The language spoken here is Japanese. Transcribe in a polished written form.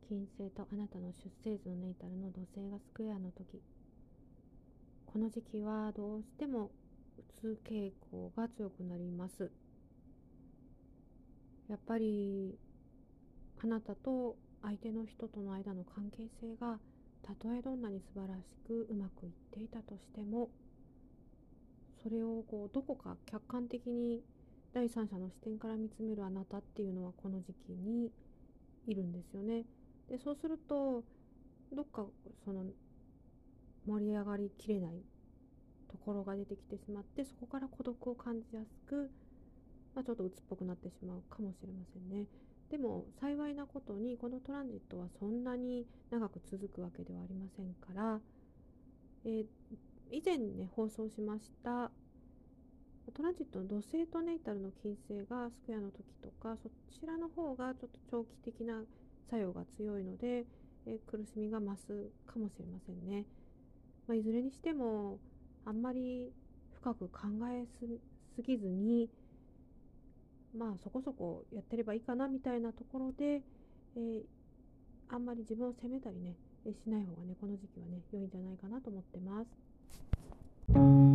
金星とあなたの出生図のネイタルの土星がスクエアの時、この時期はどうしてもうつ傾向が強くなります。やっぱりあなたと相手の人との間の関係性がたとえどんなに素晴らしくうまくいっていたとしても、それをどこか客観的に第三者の視点から見つめるあなたっていうのはこの時期にいるんですよね。でそうするとどっかその盛り上がりきれないところが出てきてしまって、そこから孤独を感じやすく、ちょっと鬱っぽくなってしまうかもしれませんね。でも幸いなことにこのトランジットはそんなに長く続くわけではありませんから、以前ね放送しましたトランジットの土星とネイタルの金星がスクエアの時とか、そちらの方がちょっと長期的な作用が強いので、苦しみが増すかもしれませんね。いずれにしてもあんまり深く考えすぎずに、そこそこやってればいいかなみたいなところで、あんまり自分を責めたりねしない方がね、この時期はね良いんじゃないかなと思ってます。